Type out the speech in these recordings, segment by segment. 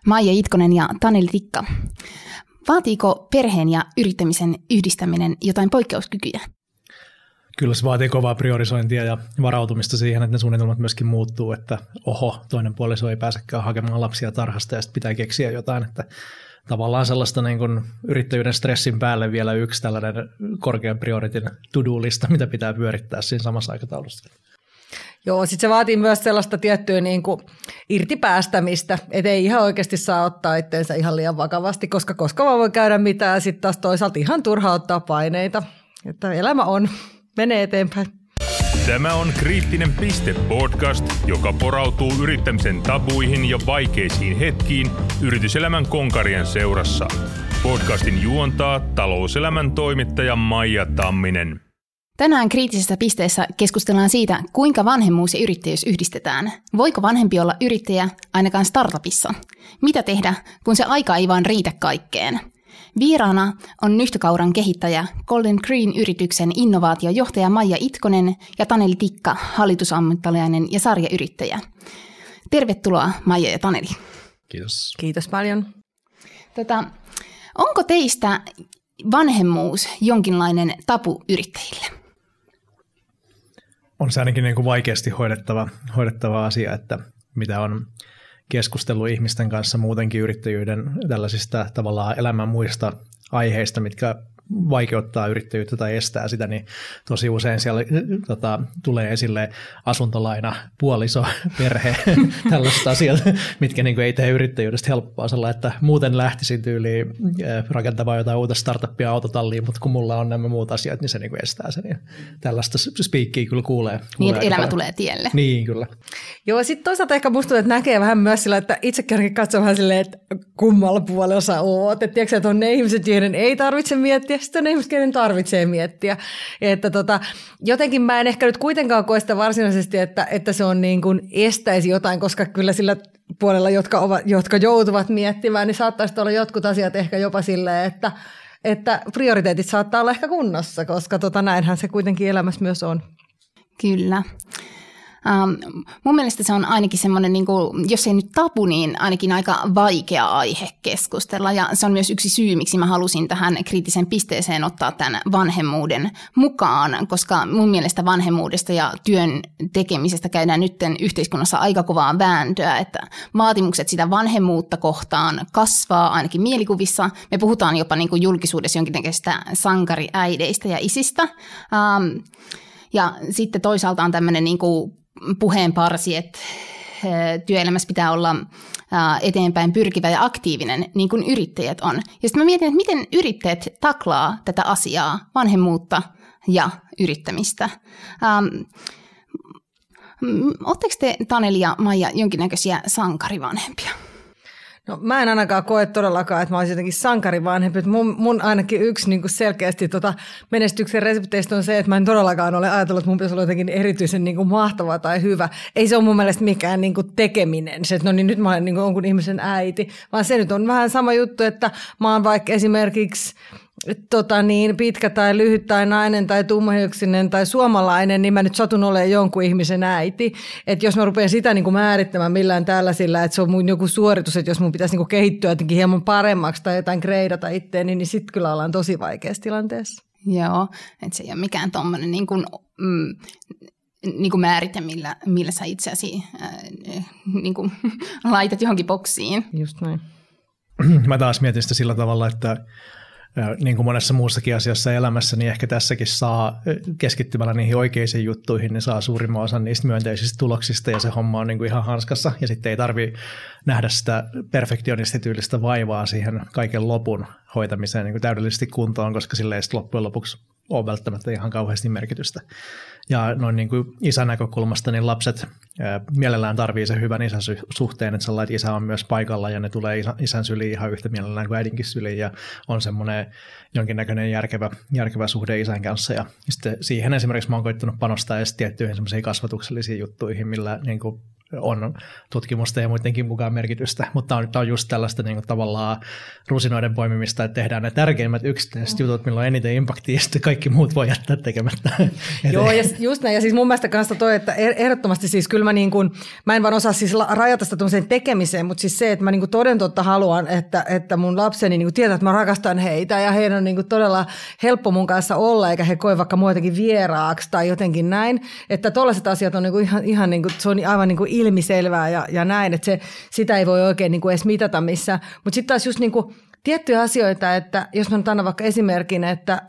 Maija Itkonen ja Taneli Tikka. Vaatiiko perheen ja yrittämisen yhdistäminen jotain poikkeuskykyjä? Kyllä se vaatii kovaa priorisointia ja varautumista siihen, että ne suunnitelmat myöskin muuttuu, että toinen puoliso ei pääsekään hakemaan lapsia tarhasta ja sitten pitää keksiä jotain, että tavallaan sellaista niin kuin yrittäjyyden stressin päälle vielä yksi tällainen korkean prioritin to-do-lista, mitä pitää pyörittää siinä samassa aikataulussa. Joo, sitten se vaatii myös sellaista tiettyä niin kuin irtipäästämistä, että ei ihan oikeasti saa ottaa itseensä ihan liian vakavasti, koska vaan voi käydä mitään, ja sitten taas toisaalta ihan turha ottaa paineita, että elämä menee eteenpäin. Tämä on Kriittinen piste podcast, joka porautuu yrittämisen tabuihin ja vaikeisiin hetkiin yrityselämän konkarien seurassa. Podcastin juontaa talouselämän toimittaja Maija Tamminen. Tänään Kriittisessä pisteessä keskustellaan siitä, kuinka vanhemmuus ja yrittäjyys yhdistetään. Voiko vanhempi olla yrittäjä ainakaan startupissa? Mitä tehdä, kun se aika ei vaan riitä kaikkeen? Vieraana on nyhtökauran kehittäjä Golden Green-yrityksen innovaatiojohtaja Maija Itkonen ja Taneli Tikka, hallitusammattilainen ja sarjayrittäjä. Tervetuloa Maija ja Taneli. Kiitos. Kiitos paljon. Onko teistä vanhemmuus jonkinlainen tabu yrittäjille? On se ainakin niin kuin vaikeasti hoidettava asia, että mitä on keskustellut ihmisten kanssa muutenkin yrittäjyyden tällaisista tavallaan elämän muista aiheista, mitkä vaikeuttaa yrittäjyyttä tai estää sitä, niin tosi usein siellä tulee esille asuntolaina, puoliso, perhe, tällaiset asiat, mitkä niin kuin ei tee yrittäjyydestä helppoa sellainen, että muuten lähtisin tyyliin rakentamaan jotain uutta startuppia autotalliin, mutta kun mulla on nämä muut asiat, niin se niin kuin estää sen. Ja tällaista speakia kyllä kuulee. Niin, että elämä tulee tielle. Niin, kyllä. Joo, sitten toisaalta ehkä musta tuntuu, että näkee vähän myös sillä, että itsekin katsoo vähän silleen, että kummalla puolella sä oot. Että tiedätkö, että on ne ihmiset, joiden ei tarvitse miettiä, sitten on ne ihmiset, joiden tarvitsee miettiä. Että jotenkin mä en ehkä nyt kuitenkaan koe sitä varsinaisesti, että se on niin kuin estäisi jotain, koska kyllä sillä puolella, jotka joutuvat miettimään, niin saattaisi olla jotkut asiat ehkä jopa silleen, että prioriteetit saattaa olla ehkä kunnossa, koska näinhän se kuitenkin elämässä myös on. Kyllä. Mun mielestä se on ainakin semmoinen, niin kuin, jos ei nyt tabu, niin ainakin aika vaikea aihe keskustella. Ja se on myös yksi syy, miksi mä halusin tähän kriittiseen pisteeseen ottaa tämän vanhemmuuden mukaan, koska mun mielestä vanhemmuudesta ja työn tekemisestä käydään nyt yhteiskunnassa aika kovaa vääntöä, että vaatimukset sitä vanhemmuutta kohtaan kasvaa ainakin mielikuvissa. Me puhutaan jopa niin kuin julkisuudessa jonkinnäköistä sankariäideistä ja isistä. Ja sitten toisaalta on tämmöinen niin kuin puheenparsi, että työelämässä pitää olla eteenpäin pyrkivä ja aktiivinen, niin kuin yrittäjät on. Ja sitten mä mietin, että miten yrittäjät taklaa tätä asiaa, vanhemmuutta ja yrittämistä. Oletteko te, Taneli ja Maija, jonkinnäköisiä sankarivanhempia? No, mä en ainakaan koe todellakaan, että mä olisin jotenkin sankarivanhempi. Mun ainakin yksi niin kuin selkeästi menestyksen resepteistä on se, että mä en todellakaan ole ajatellut, että mun pitäisi olla jotenkin erityisen niin kuin mahtava tai hyvä. Ei se ole mun mielestä mikään niin kuin tekeminen, se, että no niin nyt mä olen niin kuin jonkun ihmisen äiti, vaan se nyt on vähän sama juttu, että mä oon vaikka esimerkiksi pitkä tai lyhyt tai nainen tai tummahiuksinen tai suomalainen, niin mä nyt satun olemaan jonkun ihmisen äiti. Että jos mä rupean sitä niin kuin määrittämään millään tällaisilla, että se on mun joku suoritus, että jos mun pitäisi niin kuin kehittyä jotenkin hieman paremmaksi tai jotain kreidata itteeni, niin sitten kyllä ollaan tosi vaikeassa tilanteessa. Joo, että se ei ole mikään tommoinen niin kuin määritä, millä sä itseäsi niin kuin laitat johonkin boksiin. Just näin. Mä taas mietin sitä sillä tavalla, että niin kuin monessa muussakin asiassa elämässä, niin ehkä tässäkin saa keskittymällä niihin oikeisiin juttuihin, niin saa suurimman osan niistä myönteisistä tuloksista ja se homma on niin kuin ihan hanskassa ja sitten ei tarvitse nähdä sitä perfektionistityylistä vaivaa siihen kaiken lopun hoitamiseen niin kuin täydellisesti kuntoon, koska sille ei sitten loppujen lopuksi ole välttämättä ihan kauheasti merkitystä. Ja noin niin kuin isän näkökulmasta, niin lapset mielellään tarvii sen hyvän isän suhteen, että sellainen isä on myös paikalla ja ne tulee isän syliin ihan yhtä mielellään kuin äidinkin syliin ja on semmoinen jonkinnäköinen järkevä suhde isän kanssa. Ja sitten siihen esimerkiksi mä oon koittanut panostaa edes tiettyihin semmoisiin kasvatuksellisiin juttuihin, millä niin kuin on tutkimusta ja muidenkin mukaan merkitystä, mutta tämä on just tällaista niin kuin tavallaan rusinoiden poimimista, että tehdään ne tärkeimmät yksittäiset jutut, millä on eniten impaktia, ja sitten kaikki muut voi jättää tekemättä. Joo, ja just näin, ja siis mun mielestä kanssa toi, että ehdottomasti siis kyllä mä en vaan osaa siis rajata sitä tuollaiseen tekemiseen, mutta siis se, että mä niin kuin toden totta haluan, että mun lapseni niin kuin tietää, että mä rakastan heitä, ja heidän on niin kuin todella helppo mun kanssa olla, eikä he koe vaikka mua jotenkin vieraaksi tai jotenkin näin, että tollaiset asiat on niin kuin ihan niin kuin, se on aivan niin kuin ilmiselvää ja näin, että sitä ei voi oikein niin kuin edes mitata missään. Mutta sitten taas just niin kuin tiettyjä asioita, että jos mä nyt annan vaikka esimerkin, että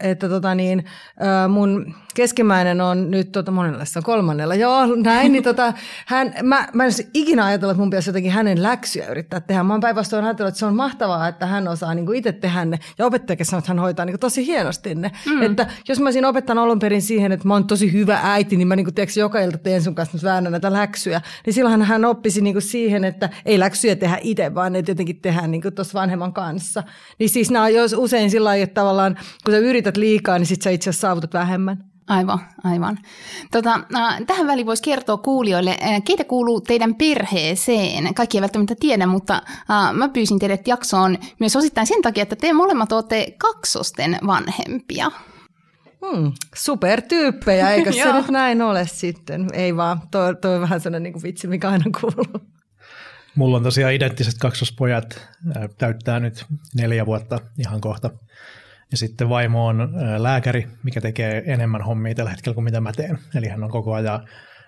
mun keskimmäinen on nyt monella, se on 3. joo, näin, niin mä en olisi ikinä ajatellut, että mun pitäisi jotenkin hänen läksyjä yrittää tehdä. Mä oon päinvastoin ajatellut, että se on mahtavaa, että hän osaa niin kuin itse tehdä ne, ja opettajakin sanoo, että hän hoitaa niin kuin tosi hienosti ne. Että jos mä olisin opettanut alun perin siihen, että mä oon tosi hyvä äiti, niin mä niin kuin joka ilta teen sun kanssa väännän näitä läksyjä, niin silloin hän oppisi niin kuin siihen, että ei läksyjä tehdä itse, vaan ne jotenkin tehdään niin kuin tuossa vanhemman kanssa. Niin siis nämä on usein sillä lailla, että tavallaan kun sä yrität liikaa, niin sit sä itse asiassa saavutat vähemmän. Aivan. Tähän väliin voisi kertoa kuulijoille, keitä kuuluu teidän perheeseen. Kaikki ei välttämättä tiedä, mutta mä pyysin teidät jaksoon myös osittain sen takia, että te molemmat olette kaksosten vanhempia. Supertyyppejä, eikö se nyt näin ole sitten? Ei vaan, toi on vähän sellainen niin kuin vitsi, mikä aina kuuluu. Mulla on tosiaan identtiset kaksospojat, täyttää nyt 4 vuotta ihan kohta. Ja sitten vaimo on lääkäri, mikä tekee enemmän hommia tällä hetkellä kuin mitä mä teen. Eli hän on koko ajan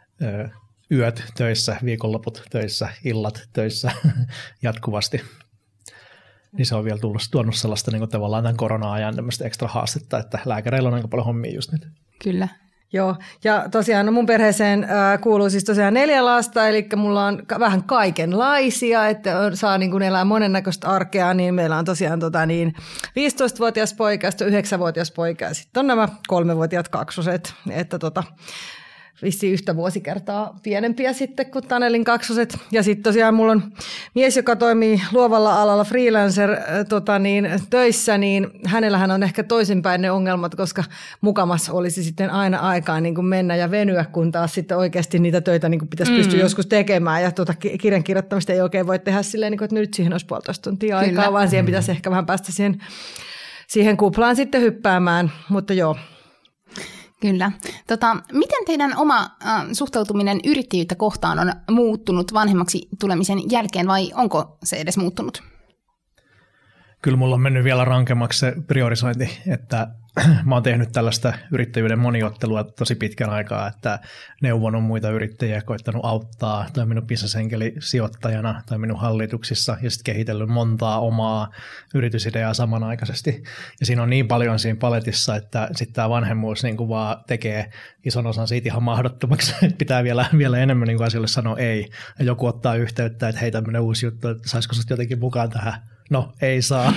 yöt töissä, viikonloput töissä, illat töissä jatkuvasti. Niin se on vielä tuonut sellaista niin kuin tavallaan tämän korona-ajan tämmöistä ekstra haastetta, että lääkäreillä on aika paljon hommia just nyt. Kyllä. Joo, ja tosiaan mun perheeseen kuuluu siis tosiaan 4 lasta, eli mulla on vähän kaikenlaisia, että saa niin kuin elää monennäköistä arkea, niin meillä on tosiaan 15-vuotias poika ja 9-vuotias poika, ja sitten on nämä 3-vuotiaat kaksoset, että vissiin yhtä vuosikertaa pienempiä sitten kuin Tanelin kaksoset. Ja sitten tosiaan mulla on mies, joka toimii luovalla alalla freelancer töissä, niin hänellähän on ehkä toisinpäin ne ongelmat, koska mukamas olisi sitten aina aikaa niin kuin mennä ja venyä, kun taas sitten oikeasti niitä töitä niin kuin pitäisi pystyä joskus tekemään. Ja kirjan kirjoittamista ei oikein voi tehdä silleen, että nyt siihen olisi 1,5 tuntia aikaa, kyllä, vaan siihen pitäisi ehkä vähän päästä siihen kuplaan sitten hyppäämään, mutta joo. Kyllä. Miten teidän oma suhtautuminen yrittäjyyttä kohtaan on muuttunut vanhemmaksi tulemisen jälkeen vai onko se edes muuttunut? Kyllä mulla on mennyt vielä rankemmaksi se priorisointi, että mä oon tehnyt tällaista yrittäjyyden moniottelua tosi pitkän aikaa, että neuvonut muita yrittäjiä, koittanut auttaa, toiminut bisnesenkelisijoittajana, toiminut hallituksissa ja sitten kehitellyt montaa omaa yritysideaa samanaikaisesti. Ja siinä on niin paljon siinä paletissa, että sitten tämä vanhemmuus niin kuin vaan tekee ison osan siitä ihan mahdottomaksi. Pitää vielä enemmän niin kuin asioille sanoa ei. Ja joku ottaa yhteyttä, että hei tämmöinen uusi juttu, että saisiko sut jotenkin mukaan tähän? No, ei saa.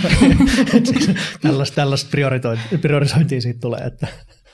Tällaista priorisointia siitä tulee. Että.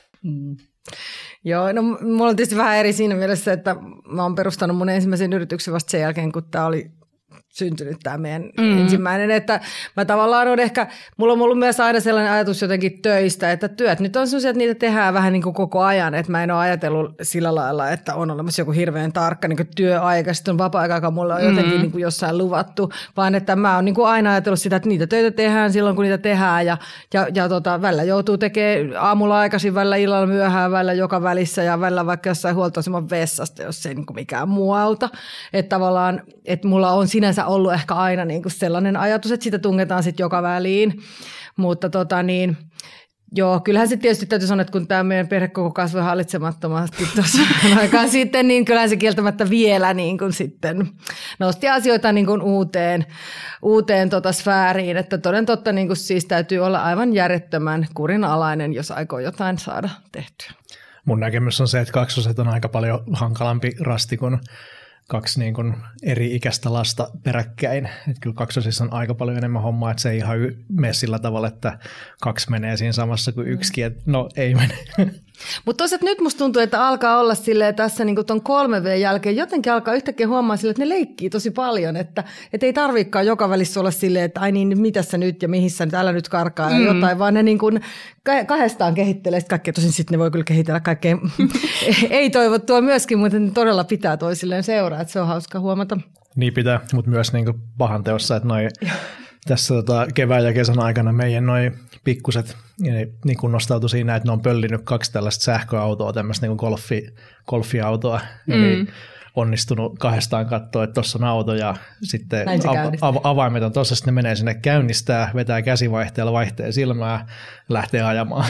Joo, no mulla on tietysti vähän eri siinä mielessä, että mä oon perustanut mun ensimmäisen yrityksen vasta sen jälkeen, kun tää oli syntynyt tämä meidän ensimmäinen, että mä tavallaan on ehkä, mulla on ollut myös aina sellainen ajatus jotenkin töistä, että työt nyt on sellaisia, että niitä tehdään vähän niin kuin koko ajan, että mä en ole ajatellut sillä lailla, että on olemassa joku hirveän tarkka niin kuin työaika, sitten on vapaa-aika, joka mulla on jotenkin niin kuin jossain luvattu, vaan että mä oon niin kuin aina ajatellut sitä, että niitä töitä tehdään silloin, kun niitä tehdään ja välillä joutuu tekemään aamulla aikaisin, välillä illalla myöhään, välillä joka välissä ja välillä vaikka jossain huoltoaseman vessasta, jos ei niin kuin mikään muu auta, että tavallaan, että mulla on sinänsä ollut ehkä aina niin kuin sellainen ajatus, että sitä tungetaan sitten joka väliin, mutta joo, kyllähän se tietysti täytyy sanoa, että kun tämä meidän perhe koko kasvoi hallitsemattomasti tuossa aikaan sitten, niin kyllähän se kieltämättä vielä niin kuin sitten nosti asioita niin kuin uuteen sfääriin, että toden totta niin kuin siis täytyy olla aivan järjettömän kurinalainen, jos aikoo jotain saada tehtyä. Mun näkemys on se, että kaksoset on aika paljon hankalampi rasti kuin 2 niin kuin eri ikäistä lasta peräkkäin. Että kyllä kaksosissa on aika paljon enemmän hommaa, että se ei ihan mene sillä tavalla, että 2 menee siinä samassa kuin 1, että no ei mene. Mutta tosiaan nyt musta tuntuu, että alkaa olla silleen tässä niin tuon 3V jälkeen, jotenkin alkaa yhtäkkiä huomaa silleen, että ne leikkii tosi paljon, että ei tarviikaan joka välissä olla silleen, että ai niin, mitä sä nyt ja mihin sä nyt, älä nyt karkaa ja jotain, vaan ne niin kuin kahdestaan kehittelee kaikkea, tosin sitten ne voi kyllä kehitellä kaikkea ei-toivottua myöskin, mutta ne todella pitää toisilleen seuraa, että se on hauska huomata. Niin pitää, mutta myös niin pahan teossa, että tässä kevään ja kesän aikana meidän noi pikkuset niin kunnostautui siinä, että ne on pöllinyt 2 tällaista sähköautoa, tämmöistä niin golfiautoa, eli onnistunut kahdestaan katsoa, että tuossa on auto ja sitten avaimet on tuossa, sitten ne menee sinne käynnistää, vetää käsivaihteella vaihteen silmää, lähtee ajamaan.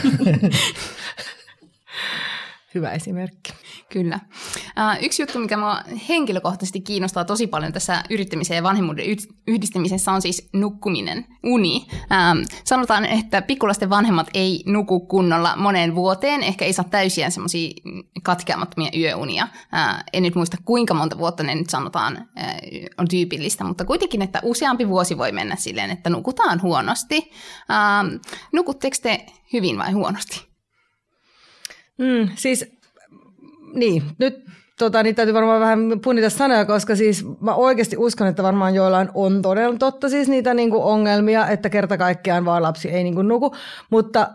Hyvä esimerkki. Kyllä. Yksi juttu, mikä minua henkilökohtaisesti kiinnostaa tosi paljon tässä yrittämisen ja vanhemmuuden yhdistämisessä on siis nukkuminen, uni. Sanotaan, että pikkulasten vanhemmat ei nuku kunnolla moneen vuoteen, ehkä ei saa täysiä semmoisia katkeamattomia yöunia. En nyt muista kuinka monta vuotta ne nyt sanotaan on tyypillistä, mutta kuitenkin, että useampi vuosi voi mennä silleen, että nukutaan huonosti. Nukutteko te hyvin vai huonosti? Siis, niin, nyt niin täytyy varmaan vähän punnita sanoja, koska siis mä oikeasti uskon, että varmaan joillain on todella totta siis niitä niin kuin ongelmia, että kerta kaikkiaan vaan lapsi ei niin kuin nuku, mutta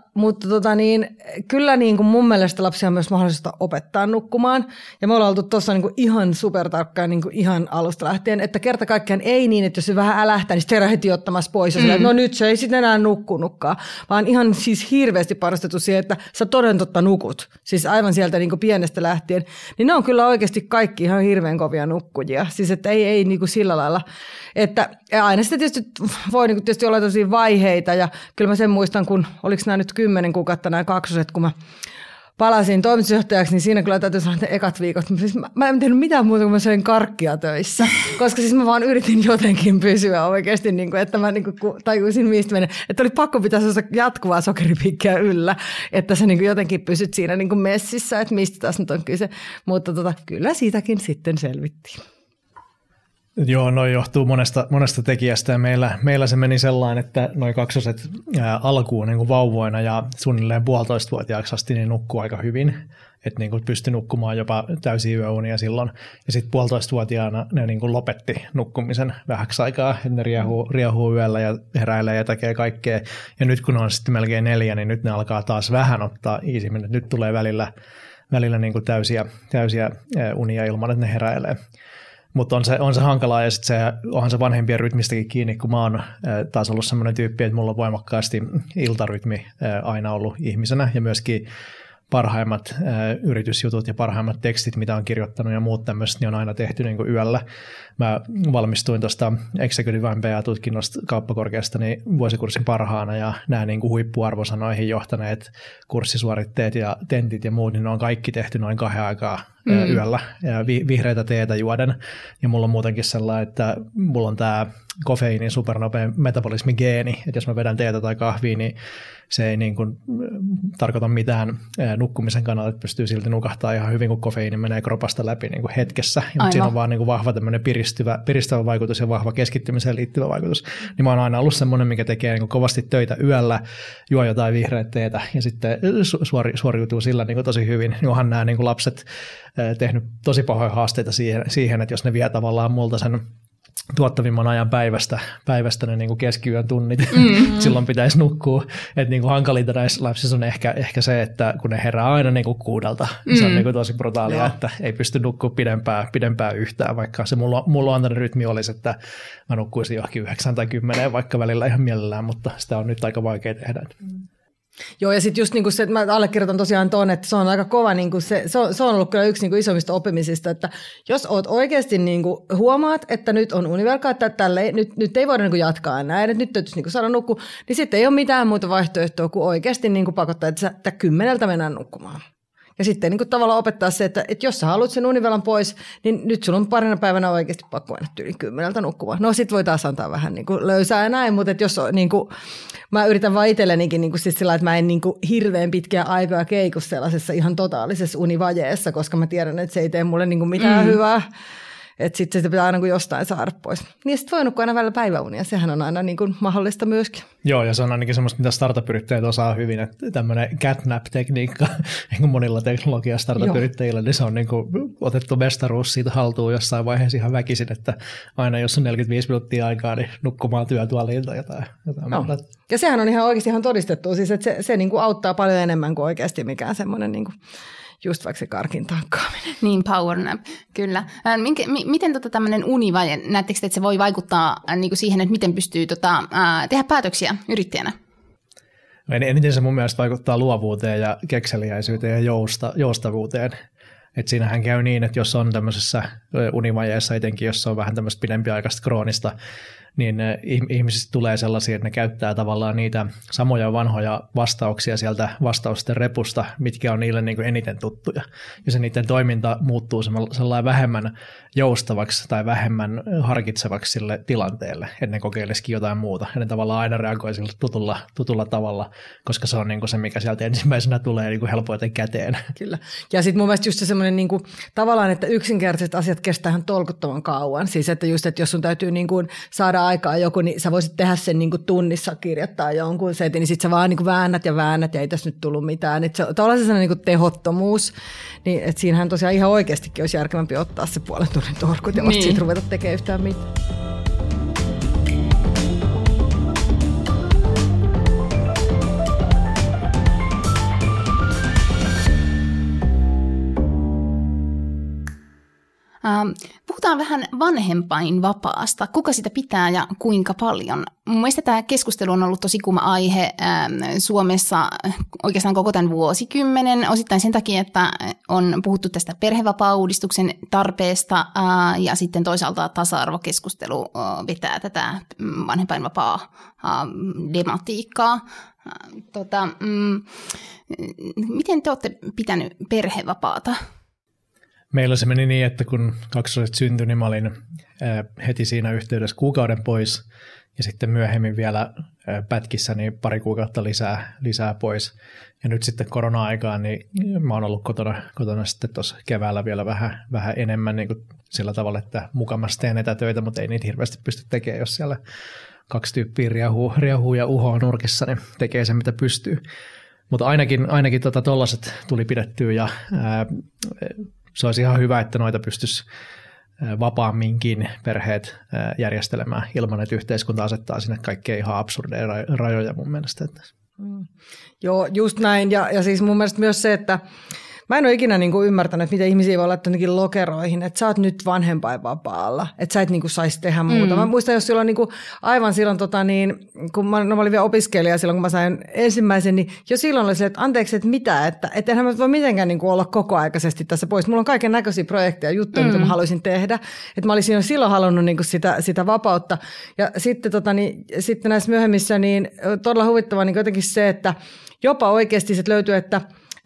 kyllä niin kuin mun mielestä lapsia on myös mahdollista opettaa nukkumaan, ja me ollaan oltu tuossa niin kuin ihan supertarkkaan niin kuin ihan alusta lähtien, että kerta kaikkiaan ei niin, että jos se vähän älähtää, niin sitten herää heti ottamassa pois, ja sillä, no nyt se ei sitten enää nukkunutkaan, vaan ihan siis hirveästi panostettu siihen, että sä toden totta nukut, siis aivan sieltä niin kuin pienestä lähtien, niin ne on kyllä oikeasti kaikki ihan hirveän kovia nukkujia, siis että ei niin kuin sillä lailla, että aina sitten tietysti voi niin kuin tietysti olla tosi vaiheita, ja kyllä mä sen muistan, kun oliko nämä nyt 10 kuukautta nämä kaksoset, kun mä palasin toimitusjohtajaksi, niin siinä kyllä täytyy sanoa, että ekat viikot, mä en tehnyt mitään muuta, kun mä söin karkkia töissä, koska siis mä vaan yritin jotenkin pysyä oikeasti, niin kuin, että mä niin kuin tajuisin, mistä menen, että oli pakko pitää jatkuvaa sokeripikkiä yllä, että sä niin kuin jotenkin pysyt siinä niin kuin messissä, että mistä taas nyt on kyse, mutta kyllä siitäkin sitten selvittiin. Joo, noi johtuu monesta tekijästä ja meillä se meni sellainen, että noi kaksoset alkuun niin kuin vauvoina ja suunnilleen 1,5-vuotiaaksi asti niin nukkuu aika hyvin, että niin kuin pystyi nukkumaan jopa täysiä yöunia silloin. Ja sitten 1,5-vuotiaana ne niin kuin lopetti nukkumisen vähäksi aikaa, että ne riehuu yöllä ja heräilee ja tekee kaikkea. Ja nyt kun on sitten melkein 4, niin nyt ne alkaa taas vähän ottaa iisimmin, että nyt tulee välillä niin kuin täysiä unia ilman, että ne heräilee. Mutta on se hankalaa ja sitten onhan se vanhempien rytmistäkin kiinni, kun mä oon taas ollut semmoinen tyyppi, että mulla on voimakkaasti iltarytmi aina ollut ihmisenä ja myöskin parhaimmat yritysjutut ja parhaimmat tekstit, mitä on kirjoittanut ja muut tämmöiset, niin on aina tehty niin kuin yöllä. Mä valmistuin tuosta Executive MBA-tutkinnosta kauppakorkeasta niin vuosikurssin parhaana ja nämä niin kuin huippuarvosanoihin johtaneet kurssisuoritteet ja tentit ja muut, niin ne on kaikki tehty noin 2 aikaa yöllä ja vihreitä teetä juoden. Ja mulla on muutenkin sellainen, että mulla on tämä kofeiinin supernopea metabolismigeeni, että jos mä vedän teetä tai kahvia, niin se ei niin kuin tarkoita mitään nukkumisen kannalta, että pystyy silti nukahtaa ihan hyvin, kun kofeiini menee kropasta läpi niin kuin hetkessä. Ja siinä on vaan niin kuin vahva tämmöinen piristävä vaikutus ja vahva keskittymiseen liittyvä vaikutus. Niin mä oon aina ollut semmoinen, mikä tekee niin kuin kovasti töitä yöllä, juo jotain vihreitä teetä ja sitten suoriutuu sillä niin kuin tosi hyvin. Niin onhan nämä niin kuin lapset tehnyt tosi pahoja haasteita siihen, että jos ne vie tavallaan multa sen tuottavimman ajan päivästä ne niin kuin keskiyön tunnit, silloin pitäisi nukkua. Että niin kuin hankalinta näissä lapsissa on ehkä se, että kun ne herää aina niin kuin 6, se on niin kuin tosi brutaalia, että ei pysty nukkumaan pidempään yhtään, vaikka se mulla antainen rytmi olisi, että mä nukkuisin johonkin 9 tai 10, vaikka välillä ihan mielellään, mutta sitä on nyt aika vaikea tehdä. Joo, ja sitten just niinku se, että mä allekirjoitan tosiaan tuon, että se on aika kova, niinku se on ollut kyllä yksi niinku isommista oppimisista, että jos oot oikeasti niinku huomaat, että nyt on univelkaa, että nyt ei voida niinku jatkaa näin, että nyt täytyisi niinku saada nukkua, niin sitten ei ole mitään muuta vaihtoehtoa kuin oikeasti niinku pakottaa, että 10 mennään nukkumaan. Ja sitten niin kuin tavallaan opettaa se, että jos sä haluat sen univelan pois, niin nyt sulla on parina päivänä oikeasti pakko mennä yli 10 nukkumaan. No sit voi taas antaa vähän niin kuin löysää ja näin, mutta jos niin kuin, mä yritän vaan itsellenikin niin kuin siis sillä, että mä en niin kuin hirveän pitkiä aikaa keiku sellaisessa ihan totaalisessa univajeessa, koska mä tiedän, että se ei tee mulle niin kuin mitään hyvää. Että sitten se pitää aina kuin jostain saada pois. Niin sitten voi nukkua aina välillä päiväunia, sehän on aina niin kuin mahdollista myöskin. Joo, ja se on ainakin semmoista, mitä startup-yrittäjät osaa hyvin, että tämmöinen catnap-tekniikka niin kuin monilla teknologia-startup-yrittäjillä, niin se on niin kuin otettu mestaruus siitä haltuun jossain vaiheessa ihan väkisin, että aina jos on 45 minuuttia aikaa, niin nukkumaan työtuoliin tai jotain no. Ja sehän on ihan oikeasti ihan todistettu, siis että se niin kuin auttaa paljon enemmän kuin oikeasti mikään semmoinen niin kuin just vaikka se karkin tankkaaminen. Niin, power nap, kyllä. Miten tämmöinen univaje, näettekö, että se voi vaikuttaa niin kuin siihen, että miten pystyy tehdä päätöksiä yrittäjänä? Eniten se mun mielestä vaikuttaa luovuuteen ja kekseliäisyyteen ja joustavuuteen. Et siinähän käy niin, että jos on tämmöisessä univajeessa, etenkin jos on vähän tämmöistä pidempiaikaista kroonista, niin ihmisistä tulee sellaisia, että ne käyttää tavallaan niitä samoja vanhoja vastauksia sieltä vastausten repusta, mitkä on niille niin kuin eniten tuttuja. Ja se niiden toiminta muuttuu sellainen vähemmän joustavaksi tai vähemmän harkitsevaksi sille tilanteelle, että ne kokeilisikin jotain muuta. Ja ne tavallaan aina reagoi sillä tutulla tavalla, koska se on niin kuin se, mikä sieltä ensimmäisenä tulee niin kuin helpoiten käteen. Kyllä. Ja sitten mun mielestä just se semmoinen niin kuin, tavallaan, että yksinkertaiset asiat kestää ihan tolkuttoman kauan. Siis että just, että jos sun täytyy niin kuin saada aikaa joku, niin sä voisit tehdä sen niin kuin tunnissa, kirjoittaa jonkun setin, niin sit sä vaan niin kuin väännät ja ei tässä nyt tullut mitään. Että se on tavallaan sellainen niin kuin tehottomuus, niin että siinähän tosiaan ihan oikeastikin olisi järkevämpi ottaa se puolen tunnin torkut ja vasta siitä ruveta tekemään yhtään mitään. Puhutaan vähän vanhempainvapaasta. Kuka sitä pitää ja kuinka paljon? Mun mielestä tämä keskustelu on ollut tosi kuuma aihe Suomessa oikeastaan koko tämän vuosikymmenen. Osittain sen takia, että on puhuttu tästä perhevapaa-uudistuksen tarpeesta ja sitten toisaalta tasa-arvokeskustelu vetää tätä vanhempainvapaa-dematiikkaa. Miten te olette pitänyt perhevapaata? Meillä se meni niin, että kun kaksoset syntyi, niin mä olin heti siinä yhteydessä kuukauden pois ja sitten myöhemmin vielä pätkissä niin pari kuukautta lisää pois. Ja nyt sitten korona-aikaan niin mä oon ollut kotona sitten tuossa keväällä vielä vähän enemmän niin kuin sillä tavalla, että mukamassa teen etätöitä, mutta ei niitä hirveästi pysty tekemään, jos siellä 2 tyyppiä riehuu ja uhoa nurkissa, niin tekee sen mitä pystyy. Mutta ainakin tollaset tuli pidettyä ja se olisi ihan hyvä, että noita pystyisi vapaamminkin perheet järjestelemään ilman, että yhteiskunta asettaa sinne kaikkea ihan absurdeja rajoja mun mielestä. Joo, just näin. Ja siis mun mielestä myös se, että mä en ole ikinä niinku ymmärtänyt, miten ihmisiä voi laittaa lokeroihin, että sä oot nyt vanhempainvapaalla, että sä et niinku saisi tehdä muuta. Mä muistan, jos silloin niinku, aivan silloin, kun mä olin vielä opiskelija silloin, kun mä sain ensimmäisen, niin jo silloin oli se, että anteeksi, että mitä, että enhän mä voi mitenkään niinku olla kokoaikaisesti tässä pois. Mulla on kaiken näköisiä projekteja, juttuja, mitä mä haluaisin tehdä. Että mä olisin jo silloin halunnut niinku sitä vapautta. Ja sitten, sitten näissä myöhemmissä niin todella huvittavaa niin jotenkin se, että jopa oikeasti sit löytyy, että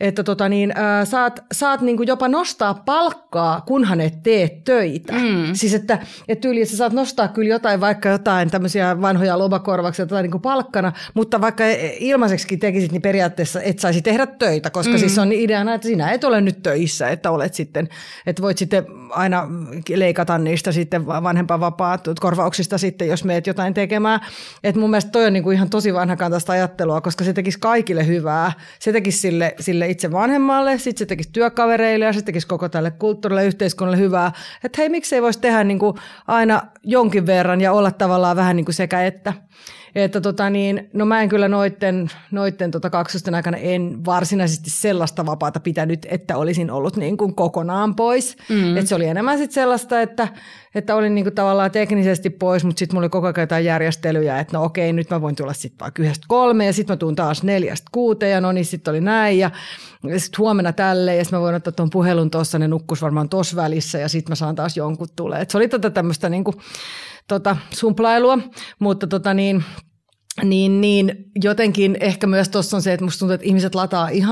saat niinku jopa nostaa palkkaa, kunhan et tee töitä. Siis että tyyli, että sä saat nostaa kyllä vaikka jotain tämmöisiä vanhoja lomakorvauksia niinku palkkana, mutta vaikka ilmaiseksikin tekisit, niin periaatteessa et saisi tehdä töitä, koska siis on ideana, että sinä et ole nyt töissä, että olet sitten, että voit sitten aina leikata niistä sitten vanhempainvapaat korvauksista sitten, jos meet jotain tekemään. Että mun mielestä toi on niinku ihan tosi vanhakantaista ajattelua, koska se tekisi kaikille hyvää. Se tekisi sille itse vanhemmalle, sitten se tekisi työkavereille ja se tekisi koko tälle kulttuurille ja yhteiskunnalle hyvää. Että hei, miksei voisi tehdä niin kuin aina jonkin verran ja olla tavallaan vähän niin kuin sekä että. No mä en kyllä noitten kaksosten aikana en varsinaisesti sellaista vapaata pitänyt, että olisin ollut niin kuin kokonaan pois. Että se oli enemmän sitten sellaista, että olin niin kuin tavallaan teknisesti pois, mutta sitten mulla oli koko ajan jotain järjestelyjä, että no okei, nyt mä voin tulla sitten vaikka 1-3 ja sitten mä tuun taas 4-6 ja no niin sitten oli näin ja sitten huomenna tälleen ja sitten mä voin ottaa tuon puhelun tuossa, ne nukkus varmaan tuossa välissä ja sitten mä saan taas jonkun tulee. Et se oli tämmöistä niin kuin sumplailua, mutta niin jotenkin ehkä myös tuossa on se, että musta tuntuu, että ihmiset lataa ihan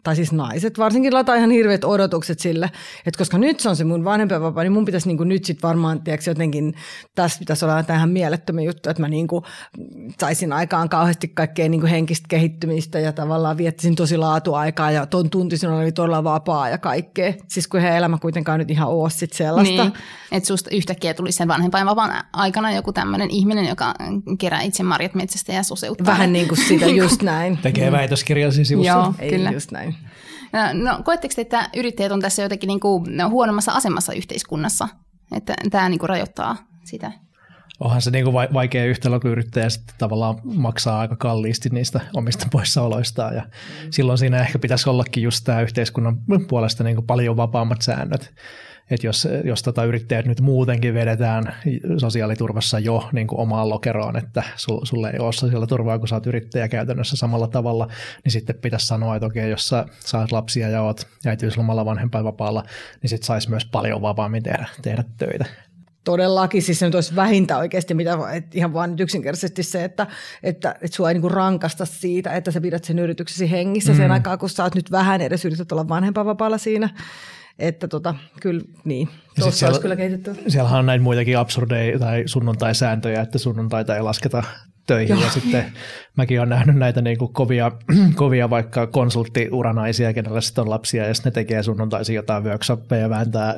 tai siis naiset varsinkin lataa ihan hirveät odotukset sille, että koska nyt se on se mun vanhempainvapaa, niin mun pitäisi niin kuin nyt sitten varmaan, tiedätkö, jotenkin, tässä pitäisi olla tähän mielettömän juttu, että mä niin kuin saisin aikaan kauheasti kaikkea niin kuin henkistä kehittymistä ja tavallaan viettäisin tosi laatuaikaa ja tuntisin oli todella vapaa ja kaikkea. Siis kun heidän elämä kuitenkaan nyt ihan ole sit sellaista. Niin, että susta yhtäkkiä tulisi sen vanhempainvapaan aikana joku tämmöinen ihminen, joka kerää itse marjat metsästä ja soseuttaa. Vähän niin kuin sitä just näin. Tekee väitöskirjallisia sivussa. Joo, Ei, kyllä. just näin. No, koetteko te, että yrittäjät on tässä jotenkin niin kuin huonommassa asemassa yhteiskunnassa? Että tämä niin kuin rajoittaa sitä? Onhan se niin kuin vaikea yhtälö, kun yrittäjä sitten tavallaan maksaa aika kalliisti niistä omista poissaoloistaan. Ja silloin siinä ehkä pitäisi ollakin just tämä yhteiskunnan puolesta niin kuin paljon vapaammat säännöt. Että jos yrittäjät nyt muutenkin vedetään sosiaaliturvassa jo niin kuin omaan lokeroon, että sulle ei ole sosiaaliturvaa, kun sä oot yrittäjä käytännössä samalla tavalla, niin sitten pitäisi sanoa, että okei, jos sä saat lapsia ja oot äitiyslomalla vanhempainvapaalla, niin sitten saisi myös paljon vapaammin tehdä töitä. Todellakin, siis se nyt olisi vähintä oikeasti, mitä ihan vaan nyt yksinkertaisesti se, että sua ei niinku rankasta siitä, että sä pidät sen yrityksesi hengissä sen aikaa, kun sä oot nyt vähän edes yrität olla vanhempainvapaalla siinä. Että kyllä niin, tuossa olisi kyllä kehitetty. Siellähän on näitä muitakin absurdeja tai sunnuntaisääntöjä, että sunnuntaita ei lasketa töihin. Ja sitten mäkin olen nähnyt näitä niin kuin kovia vaikka konsulttiuranaisia, kenellä sitten on lapsia ja sitten ne tekee sunnuntaisin jotain workshoppeja ja vääntää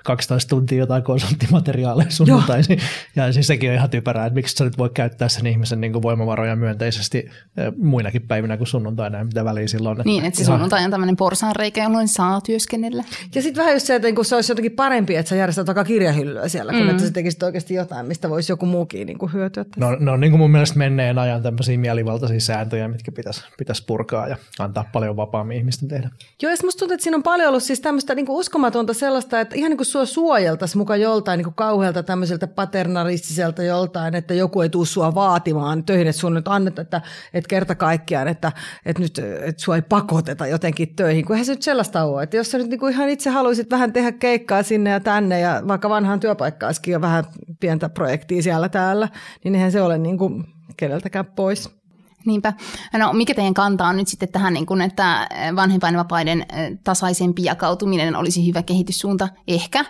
12 tuntia jotain konsulttimateriaaleja sunnuntaisin. Ja siis sekin on ihan typerää, että miksi sä nyt voi käyttää sen ihmisen niin kuin voimavaroja myönteisesti muinakin päivinä kuin sunnuntaina ja mitä väliä silloin. Niin, että se sunnuntai on tämmöinen porsaanreikä, jolloin saa työskennellä. Ja sitten vähän just se, että se olisi jotenkin parempi, että sä järjestät vaikka kirjahyllyä siellä, kun että sä tekisit oikeasti jotain, mistä voisi joku muukin niin kuin hyötyä. No niin kuin mun mielestä menneen ajan tämmöisiä mielivaltaisia sääntöjä, mitkä pitäisi purkaa ja antaa paljon vapaammin ihmisten tehdä. Joo, ja musta tuntuu, että siinä on paljon ollut siis tämmöistä niin kuin uskomatonta sellaista, että ihan niin kuin sua suojeltaisiin mukaan joltain niin kuin kauhealta tämmöiseltä paternalistiselta joltain, että joku ei tule sua vaatimaan töihin, että sun nyt annet, että kerta kaikkiaan, että nyt että sua ei pakoteta jotenkin töihin, kun eihän se nyt sellaista ole. Että jos sä nyt niin kuin ihan itse haluaisit vähän tehdä keikkaa sinne ja tänne ja vaikka vanhaan työpaikkaaskin ja vähän pientä projektia siellä täällä, niin eihän se ole niin kuin keneltäkään pois. Niinpä. No mikä teidän kanta on nyt sitten tähän, niin kuin, että vanhempainvapaiden tasaisempi jakautuminen olisi hyvä kehityssuunta? Ehkä.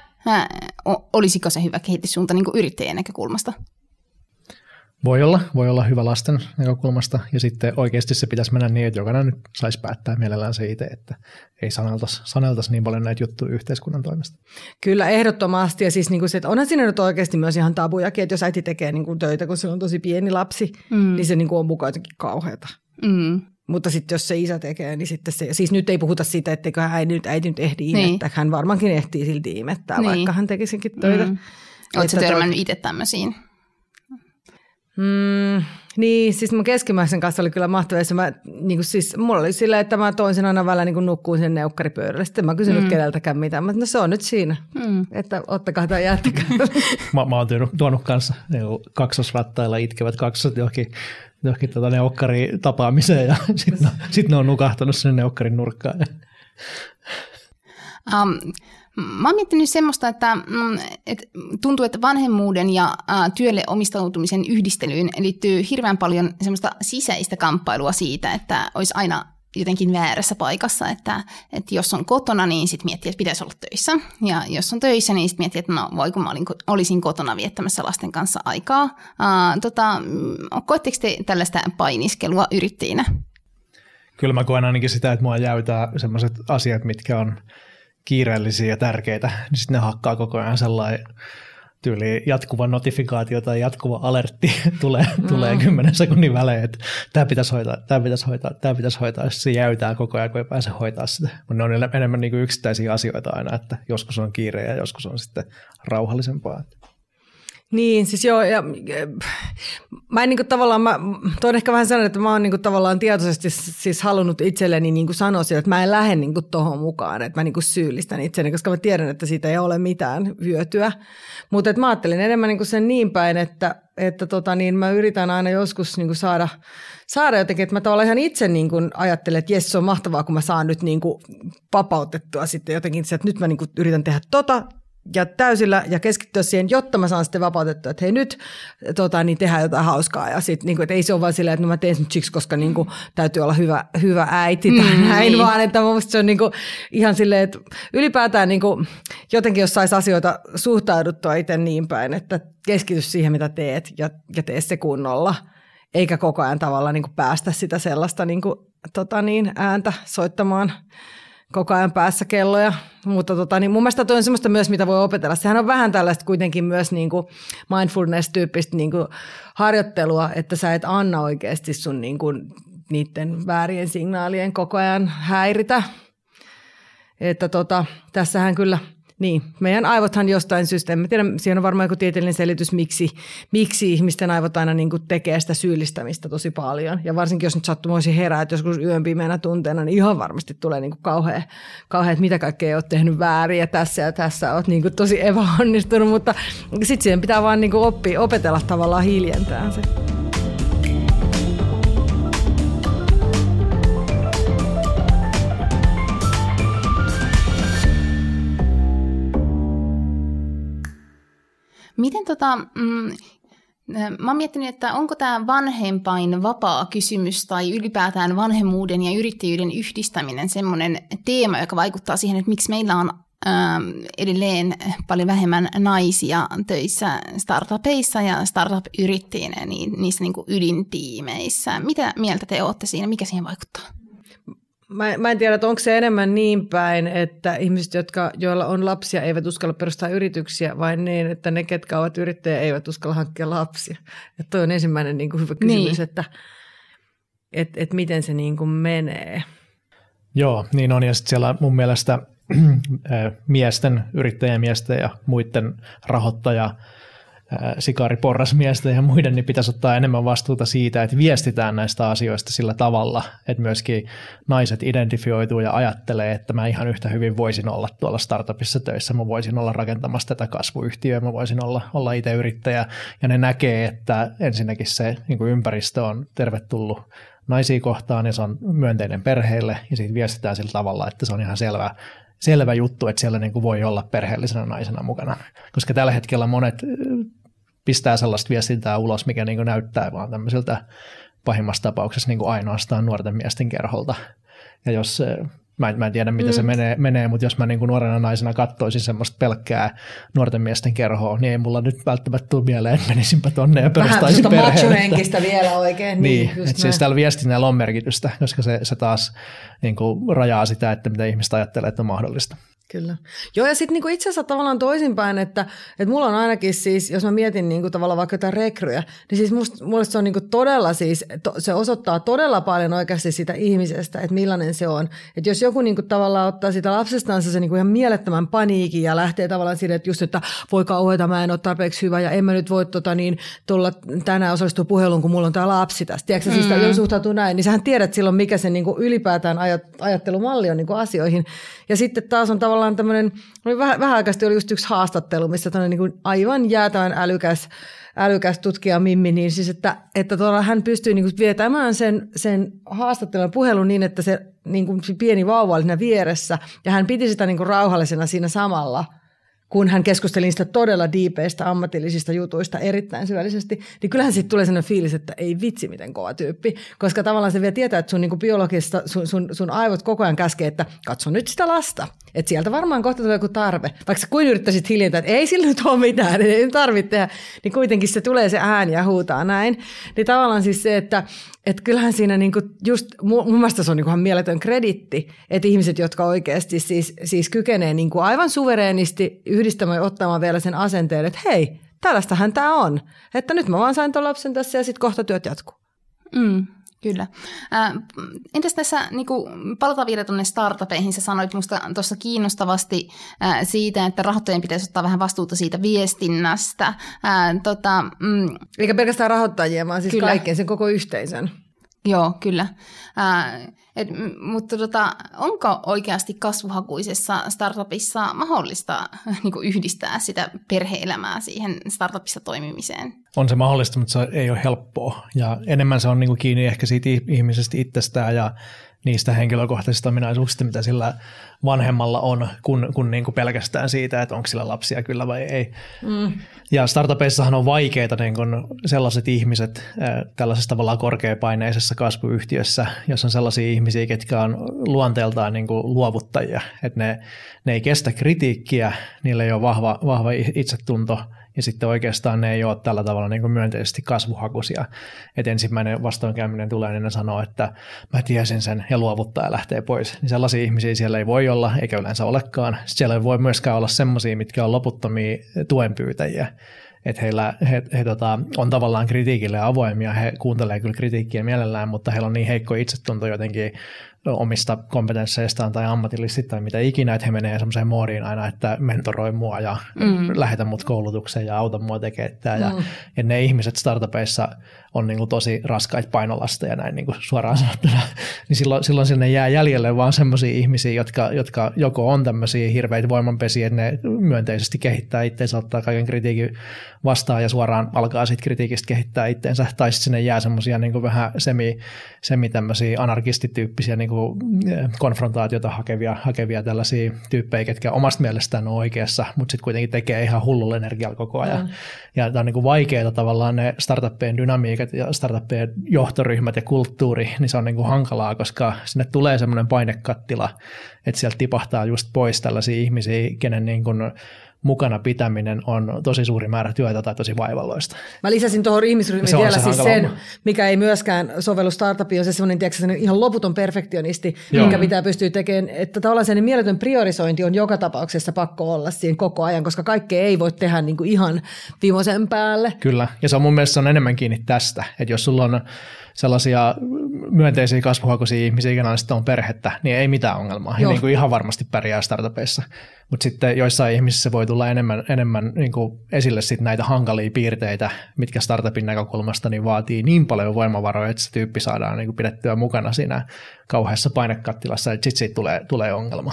Olisiko se hyvä kehityssuunta niin kuin yrittäjien näkökulmasta? Voi olla hyvä lasten näkökulmasta ja sitten oikeasti se pitäisi mennä niin, että jokainen nyt saisi päättää mielellään se itse, että ei saneltaisi niin paljon näitä juttuja yhteiskunnan toimesta. Kyllä ehdottomasti ja siis niin kuin se, että onhan siinä nyt oikeasti myös ihan tabujakin, että jos äiti tekee niin kuin töitä, kun sillä on tosi pieni lapsi, niin se niin kuin on mukaan jotenkin kauheata. Mutta sitten jos se isä tekee, niin sitten se, siis nyt ei puhuta siitä, etteikö äiti nyt ehdi imettää, hän varmaankin ehtii silti imettää, vaikka hän tekisinkin töitä. Oletko sä törmännyt itse tämmöisiin? Niin, siis mun keskimmäisen kanssa oli kyllä mahtavaa. Niin siis, mulla oli silleen, että mä toin sen aina välillä niin nukkuun sen neukkaripöydälle. Sitten mä kysynyt keneltäkään mitään. Mä no se on nyt siinä, että ottakaa tai jättäkää. mä oon tuonut kanssa kaksosrattailla itkevät kaksosat johonkin neukkariin tapaamiseen ja sitten ne on nukahtanut sinne neukkarin nurkkaan. Mä oon miettinyt semmoista, että tuntuu, että vanhemmuuden ja työlle omistautumisen yhdistelyyn liittyy hirveän paljon semmoista sisäistä kamppailua siitä, että olisi aina jotenkin väärässä paikassa, että jos on kotona, niin sitten miettii, että pitäisi olla töissä. Ja jos on töissä, niin sitten miettii, että no voiko mä olisin kotona viettämässä lasten kanssa aikaa. Koetteko te tällaista painiskelua yrittäjinä? Kyllä mä koen ainakin sitä, että mua jäytää sellaiset asiat, mitkä on kiireellisiä ja tärkeitä, niin sitten ne hakkaa koko ajan sellainen tyyli jatkuva notifikaatio tai jatkuva alertti tulee 10 sekunnin välein, että tämä pitäisi hoitaa, ja se jäytää koko ajan, kun ei pääse hoitaa sitä. Mutta ne on enemmän niin kuin yksittäisiä asioita aina, että joskus on kiire ja joskus on sitten rauhallisempaa. Niin, siis joo, ja mä en niin kuin tavallaan, toi on ehkä vähän sellainen, että mä oon niin kuin tavallaan tietoisesti siis halunnut itselleni niin kuin sanoa sitä, että mä en lähde niin kuin tohon mukaan, että mä niin kuin syyllistän itseni, koska mä tiedän, että siitä ei ole mitään hyötyä. Mutta mä ajattelin enemmän niin kuin sen niin päin, että mä yritän aina joskus niin kuin saada jotenkin, että mä tavallaan ihan itse niin kuin ajattelen, että jes, se on mahtavaa, kun mä saan nyt niin kuin vapautettua sitten jotenkin se, että nyt mä niin kuin yritän tehdä ja täysillä ja keskittyä siihen, jotta mä saan sitten vapautettua, että hei nyt niin tehdään jotain hauskaa ja sitten niin että ei se ole vaan silleen, että no mä teen sen siksi, koska niin kuin, täytyy olla hyvä äiti tai näin, vaan että musta se on niin kuin, ihan silleen, että ylipäätään niin kuin, jotenkin jos saisi asioita suhtauduttua itse niin päin, että keskity siihen, mitä teet ja tee se kunnolla, eikä koko ajan tavallaan niin kuin päästä sitä sellaista niin kuin, ääntä soittamaan koko ajan päässä kelloja, mutta mun mielestä toi on semmoista myös, mitä voi opetella. Sehän on vähän tällaista kuitenkin myös niin kuin mindfulness-tyyppistä niin kuin harjoittelua, että sä et anna oikeasti sun niin kuin niiden väärien signaalien koko ajan häiritä. Että tässähän kyllä, niin, meidän aivothan jostain syystä, en tiedä, siinä on varmaan joku tieteellinen selitys, miksi ihmisten aivot aina niin kuin tekee sitä syyllistämistä tosi paljon. Ja varsinkin jos nyt sattumoisin herää, että joskus yön pimeänä tunteena, niin ihan varmasti tulee niin kuin kauhea, että mitä kaikkea olet tehnyt väärin ja tässä olet niin kuin tosi epäonnistunut. Mutta sitten siihen pitää vaan niin kuin opetella tavallaan hiljentää se. Miten mä oon miettinyt, että onko tämä vanhempain vapaa kysymys tai ylipäätään vanhemmuuden ja yrittäjyyden yhdistäminen semmoinen teema, joka vaikuttaa siihen, että miksi meillä on edelleen paljon vähemmän naisia töissä startupeissa ja startup-yrittäjinä niissä niin kuin ydintiimeissä. Mitä mieltä te olette siinä? Mikä siihen vaikuttaa? Mä en tiedä, että onko se enemmän niin päin, että ihmiset, joilla on lapsia, eivät uskalla perustaa yrityksiä, vai niin, että ne, ketkä ovat yrittäjiä, eivät uskalla hankkia lapsia. Että toi on ensimmäinen niin kuin hyvä kysymys, niin. että miten se niin kuin menee. Joo, niin on. Ja sitten siellä mun mielestä yrittäjämiesten ja muiden rahoittaja, sikaariporrasmiesten ja muiden, niin pitäisi ottaa enemmän vastuuta siitä, että viestitään näistä asioista sillä tavalla, että myöskin naiset identifioituu ja ajattelee, että mä ihan yhtä hyvin voisin olla tuolla startupissa töissä, mä voisin olla rakentamassa tätä kasvuyhtiöä, mä voisin olla itse yrittäjä, ja ne näkee, että ensinnäkin se niin kuin ympäristö on tervetullut naisia kohtaan ja se on myönteinen perheille, ja siitä viestitään sillä tavalla, että se on ihan selvä juttu, että siellä niin kuin voi olla perheellisenä naisena mukana, koska tällä hetkellä monet pistää sellaista viestintää ulos, mikä niin kuin näyttää vaan tämmöiseltä pahimmassa tapauksessa niin kuin ainoastaan nuorten miesten kerholta. Ja jos, mä en tiedä miten se menee, mutta jos mä niin kuin nuorena naisena katsoisin semmoista pelkkää nuorten miesten kerhoa, niin ei mulla nyt välttämättä tule mieleen, että menisinpä tonne ja perustaisin perheen. Vähän machohenkistä vielä oikein. Niin että siis tällä viestinnällä on merkitystä, koska se taas niin kuin rajaa sitä, että mitä ihmiset ajattelee, että on mahdollista. Kyllä. Joo, ja sitten niinku itse asiassa tavallaan toisinpäin, että mulla on ainakin siis, jos mä mietin niinku tavallaan vaikka jotain rekryjä, niin siis mulle se on niinku todella siis, se osoittaa todella paljon oikeasti sitä ihmisestä, että millainen se on. Että jos joku niinku tavallaan ottaa sitä lapsestansa se niinku ihan mielettömän paniikin ja lähtee tavallaan siitä, että just, että voi kauheeta, mä en ole tarpeeksi hyvä ja en mä nyt voi tulla tänään osallistua puheluun, kun mulla on tää lapsi tästä. Tiedätkö siis jos suhtautuu näin, niin sähän tiedät silloin, mikä se niinku ylipäätään ajattelumalli on niinku asioihin. Ja sitten taas on tavallaan tämmöinen, vähän aikaisesti oli just yksi haastattelu, missä niin kuin aivan jäätävän älykäs tutkija Mimmi, niin siis että hän pystyi niin kuin vietämään sen haastattelun puhelun niin, että se niin kuin pieni vauva oli siinä vieressä ja hän piti sitä niin kuin rauhallisena siinä samalla, kun hän keskusteli niistä todella diipeistä ammatillisista jutuista erittäin syvällisesti, niin kyllähän siitä tulee sellainen fiilis, että ei vitsi miten kova tyyppi, koska tavallaan se vielä tietää, että sun niin kuin biologista sun aivot koko ajan käskee, että katso nyt sitä lasta, että sieltä varmaan kohta tulee joku tarve, vaikka sä kuin yrittäisit hiljentää, että ei sillä nyt ole mitään, ei tarvitse tehdä, niin kuitenkin se tulee se ääni ja huutaa näin, niin tavallaan siis se, että kyllähän siinä niinku just, mun mielestä se on niinku ihan mieletön kreditti, että ihmiset, jotka oikeasti siis kykenee niinku aivan suvereenisti yhdistämään ja ottamaan vielä sen asenteen, että hei, tällaistahan tämä on. Että nyt mä vaan sain tuon lapsen tässä ja sitten kohta työt jatkuu. Kyllä. Entäs tässä, palataan vielä tuonne startupeihin, sä sanoit musta tuossa kiinnostavasti siitä, että rahoittajien pitäisi ottaa vähän vastuuta siitä viestinnästä. Eikä pelkästään rahoittajia, vaan siis kaikkeen sen koko yhteisön. Joo, kyllä. Mutta onko oikeasti kasvuhakuisessa startupissa mahdollista yhdistää sitä perhe-elämää siihen startupissa toimimiseen? On se mahdollista, mutta se ei ole helppoa. Ja enemmän se on kiinni ehkä siitä ihmisestä itsestään ja niistä henkilökohtaisista ominaisuuksista, mitä sillä vanhemmalla on, kun niin kuin pelkästään siitä, että onko sillä lapsia kyllä vai ei. Ja startupeissahan on vaikeita niin kuin sellaiset ihmiset tällaisessa tavallaan korkeapaineisessa kasvuyhtiössä, jos on sellaisia ihmisiä, ketkä on luonteeltaan niin kuin luovuttajia, että ne ei kestä kritiikkiä, niillä ei ole vahva itsetunto, ja sitten oikeastaan ne ei ole tällä tavalla niin kuin myönteisesti kasvuhakuisia. Että ensimmäinen vastoinkäyminen tulee, niin ne sanoo, että mä tiesin sen ja luovuttaa ja lähtee pois. Niin sellaisia ihmisiä siellä ei voi olla, eikä yleensä olekaan. Siellä ei voi myöskään olla semmoisia, mitkä on loputtomia tuenpyytäjiä. Että he on tavallaan kritiikille avoimia, he kuuntelee kyllä kritiikkiä mielellään, mutta heillä on niin heikko itsetunto jotenkin omista kompetensseistaan tai ammatillisesti tai mitä ikinä, että he menee semmoiseen moodiin aina, että mentoroi mua ja lähetä mut koulutukseen ja auta mua tekemään tämä. Ja ne ihmiset startupeissa on niin kuin tosi raskaita painolasteja näin niin kuin suoraan sanottuna, niin silloin sinne jää jäljelle vaan semmoisia ihmisiä, jotka joko on tämmöisiä hirveitä voimanpesiä, että ne myönteisesti kehittää itseensä, ottaa kaiken kritiikin vastaan ja suoraan alkaa sitten kritiikistä kehittää itseensä, tai sitten sinne jää semmoisia niin kuin vähän semi tämmöisiä anarkistityyppisiä niin kuin konfrontaatiota hakevia tällaisia tyyppejä, ketkä omasta mielestään on oikeassa, mutta sitten kuitenkin tekee ihan hullulla energialla koko ajan. Ja tämä on niin kuin vaikeaa tavallaan ne startuppien dynamiikat ja startuppien johtoryhmät ja kulttuuri, niin se on niin kuin hankalaa, koska sinne tulee semmoinen painekattila, että sieltä tipahtaa just pois tällaisia ihmisiä, kenen niin kuin mukana pitäminen on tosi suuri määrä työtä tai tosi vaivalloista. Mä lisäsin tuohon ihmisryhmiin vielä siis sen, mikä ei myöskään sovellu startupiin, on se semmoinen ihan loputon perfektionisti, mikä pitää pystyä tekemään, että tavallaan sellainen mieletön priorisointi on joka tapauksessa pakko olla siinä koko ajan, koska kaikkea ei voi tehdä niin kuin ihan viimeisen päälle. Kyllä, ja se on mun mielestä se on enemmän kiinni tästä, että jos sulla on sellaisia myönteisiä kasvuhakuisia ihmisiä, kenellä sitten on perhettä, niin ei mitään ongelmaa. Ja niin kuin ihan varmasti pärjää startupeissa. Mutta sitten joissain ihmisissä voi tulla enemmän niin kuin esille sit näitä hankalia piirteitä, mitkä startupin näkökulmasta niin vaatii niin paljon voimavaroja, että se tyyppi saadaan niin kuin pidettyä mukana siinä kauheassa painekattilassa, että sitten siitä tulee ongelma.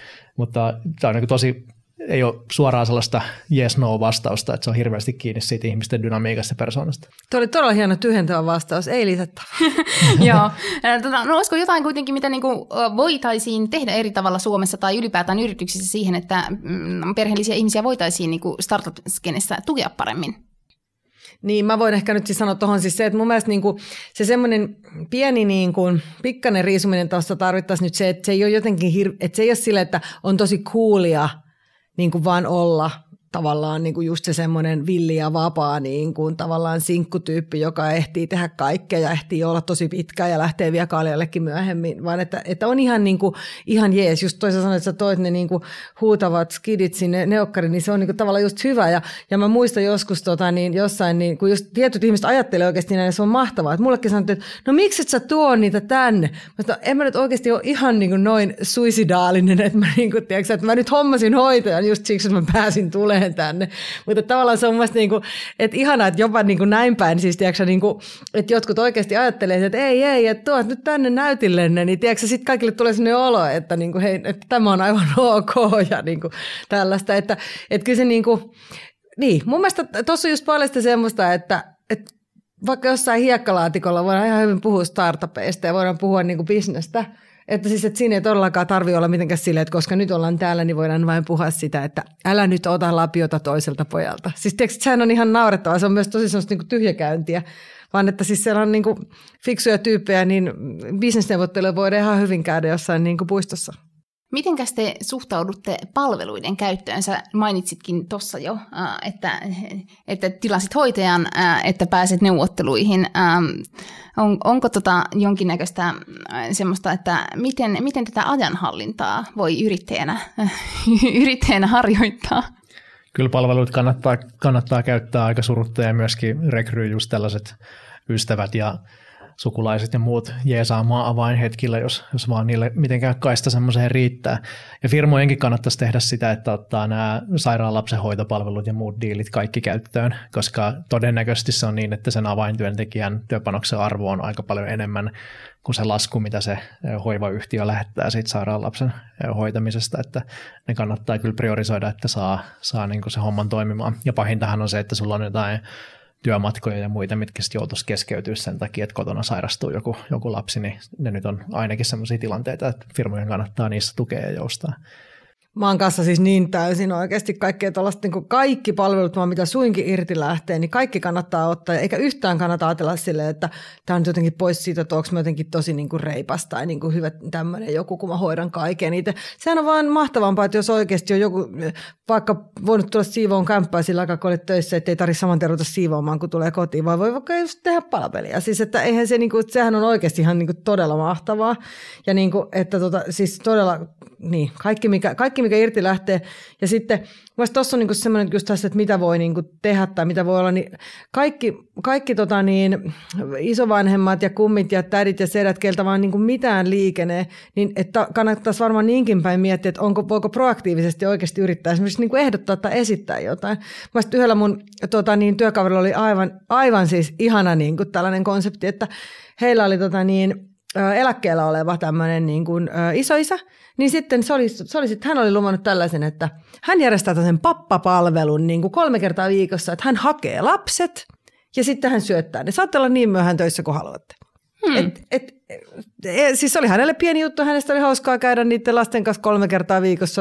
Mutta tämä on niin kuin tosi, ei ole suoraan sellaista yes-no-vastausta, että se on hirveästi kiinni siitä ihmisten dynamiikasta ja persoonasta. Tuo oli todella hieno tyhjentävä vastaus, ei lisättävä. Joo. No olisiko jotain kuitenkin, mitä niinku voitaisiin tehdä eri tavalla Suomessa tai ylipäätään yrityksissä siihen, että perheellisiä ihmisiä voitaisiin niinku startup-skenessä tukea paremmin? Niin, mä voin ehkä nyt siis sanoa tuohon siis se, että mun mielestä niinku se semmoinen pieni niinku pikkainen riisuminen tuossa tarvittaisiin nyt se, että se ei ole jotenkin että se ei ole sille, että on tosi coolia niin kuin vaan olla tavallaan niin kuin just se semmoinen villi ja vapaa niin kuin tavallaan sinkkutyyppi, joka ehtii tehdä kaikkea ja ehtii olla tosi pitkään ja lähtee vielä kaljallekin myöhemmin, vaan että on ihan, niin kuin, ihan jees. Just toisaalta sanoit, että sä toit ne niin kuin huutavat skidit sinne neokkariin, niin se on niin kuin tavallaan just hyvä. Ja mä muistan joskus niin jossain, niin kun just tietyt ihmiset ajattelee oikeasti näin, se on mahtavaa. Että mullekin sanottiin, että no miksi et sä tuo niitä tänne? Mä en mä nyt oikeasti ole ihan niin kuin noin suicidaalinen, että mä, niin kuin, tiedätkö, että mä nyt hommasin hoitajan just siksi, että mä pääsin tulemaan tänne. Mutta tavallaan se on mielestäni, niin kuin, että ihanaa, että jopa niin kuin näin päin, siis tiedätkö, niin kuin, että jotkut oikeasti ajattelee, että ei, että tuot nyt tänne näytillenne, niin tiedätkö, sitten kaikille tulee sellainen olo, että, niin kuin, hei, että tämä on aivan ok ja niin kuin, tällaista, että kyllä se niin kuin, niin, mun mielestä tuossa on just paljon sitä semmoista, että vaikka jossain hiekkalaatikolla voidaan ihan hyvin puhua startupeista ja voidaan puhua niin kuin bisnestä, että siis että siinä ei todellakaan tarvitse olla mitenkään silleen, että koska nyt ollaan täällä, niin voidaan vain puhua sitä, että älä nyt ota lapiota toiselta pojalta. Siis tiedätkö, sehän on ihan naurettavaa, se on myös tosi semmoista niin kuin tyhjäkäyntiä, vaan että siis siellä on niin kuin fiksuja tyyppejä, niin bisnesneuvotteluja voidaan ihan hyvin käydä jossain niin kuin puistossa. Mitenkäs te suhtaudutte palveluiden käyttöön? Sä mainitsitkin tuossa jo, että tilasit hoitajan, että pääset neuvotteluihin. Onko jonkinnäköistä semmoista, että miten tätä ajanhallintaa voi yrittäjänä harjoittaa? Kyllä palveluita kannattaa käyttää aika surutta ja myöskin rekryy just tällaiset ystävät ja sukulaiset ja muut jeesaamaan avainhetkillä, jos vaan niille mitenkään kaista semmoiseen riittää. Ja firmojenkin kannattaisi tehdä sitä, että ottaa nämä sairaalalapsen hoitopalvelut ja muut diilit kaikki käyttöön, koska todennäköisesti se on niin, että sen avaintyöntekijän työpanoksen arvo on aika paljon enemmän kuin se lasku, mitä se hoivayhtiö lähettää siitä sairaalalapsen hoitamisesta, että ne kannattaa kyllä priorisoida, että saa niin kuin se homman toimimaan. Ja pahintahan on se, että sulla on jotain työmatkoja ja muita, mitkä sitten joutuisi keskeytyä sen takia, että kotona sairastuu joku lapsi, niin ne nyt on ainakin sellaisia tilanteita, että firmojen kannattaa niissä tukea ja joustaa. Mä oon kanssa siis niin täysin oikeasti kaikkea tuollaista, niin kaikki palvelut, mitä suinkin irti lähtee, niin kaikki kannattaa ottaa, eikä yhtään kannata ajatella silleen, että tämä on nyt jotenkin pois siitä, että onko mä jotenkin tosi niin kuin reipas tai niin kuin hyvä tämmöinen joku, kun mä hoidan kaiken itse. Sehän on vaan mahtavampaa, että jos oikeasti on joku, vaikka voinut tulla siivoon kämppää sillä aikaa, kun olet töissä, ettei tarvitse saman tien ruveta siivoamaan, kun tulee kotiin, vaan voi vaikka just tehdä palvelia. Siis että eihän se, niin kuin, sehän on oikeasti ihan niin kuin todella mahtavaa ja niin kuin, että siis todella, niin, kaikki mikä irti lähtee. Ja sitten mielestäni tuossa on niinku semmoinen just tässä, että mitä voi niinku tehdä tai mitä voi olla, niin kaikki isovanhemmat ja kummit ja tädit ja sedät, keltä vaan niinku mitään liikenee, niin että kannattaisi varmaan niinkin päin miettiä, että voiko proaktiivisesti oikeasti yrittää esimerkiksi niinku ehdottaa tai esittää jotain. Mielestäni yhdellä mun työkaverilla oli aivan siis ihana niinku tällainen konsepti, että heillä oli eläkkeellä oleva tämmöinen niin kuin isoisä, niin sitten hän oli luvannut tällaisen, että hän järjestää tällaisen pappapalvelun niin kuin 3 kertaa viikossa, että hän hakee lapset ja sitten hän syöttää ne. Saatte olla niin myöhään töissä kuin haluatte. Siis se oli hänelle pieni juttu, hänestä oli hauskaa käydä niiden lasten kanssa 3 kertaa viikossa,